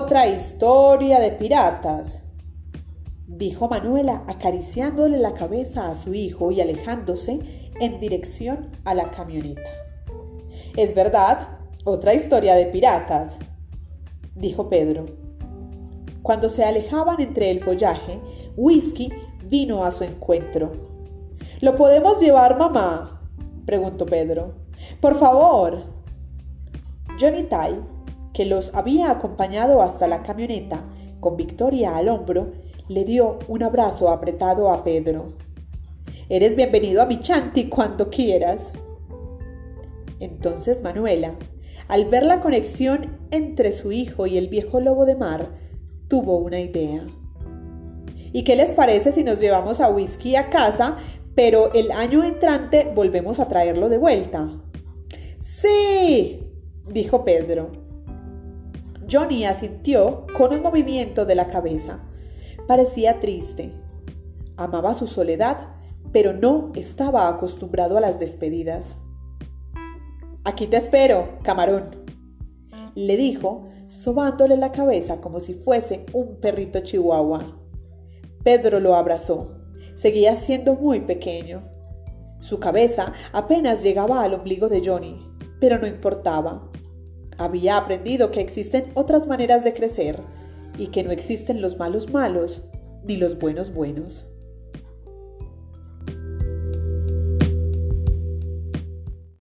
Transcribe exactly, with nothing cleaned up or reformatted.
otra historia de piratas, dijo Manuela acariciándole la cabeza a su hijo y alejándose en dirección a la camioneta. Es verdad, otra historia de piratas, dijo Pedro. Cuando se alejaban entre el follaje, Whisky vino a su encuentro. ¿Lo podemos llevar, mamá?, preguntó Pedro. Por favor. Johnny Tai, que los había acompañado hasta la camioneta con Victoria al hombro, le dio un abrazo apretado a Pedro. Eres bienvenido a mi chanty cuando quieras. Entonces Manuela, al ver la conexión entre su hijo y el viejo lobo de mar, tuvo una idea. ¿Y qué les parece si nos llevamos a Whisky a casa, pero el año entrante volvemos a traerlo de vuelta? ¡Sí!, dijo Pedro. Johnny asintió con un movimiento de la cabeza. Parecía triste. Amaba su soledad, pero no estaba acostumbrado a las despedidas. Aquí te espero, camarón, le dijo, sobándole la cabeza como si fuese un perrito chihuahua. Pedro lo abrazó. Seguía siendo muy pequeño. Su cabeza apenas llegaba al ombligo de Johnny, pero no importaba. Había aprendido que existen otras maneras de crecer y que no existen los malos malos ni los buenos buenos.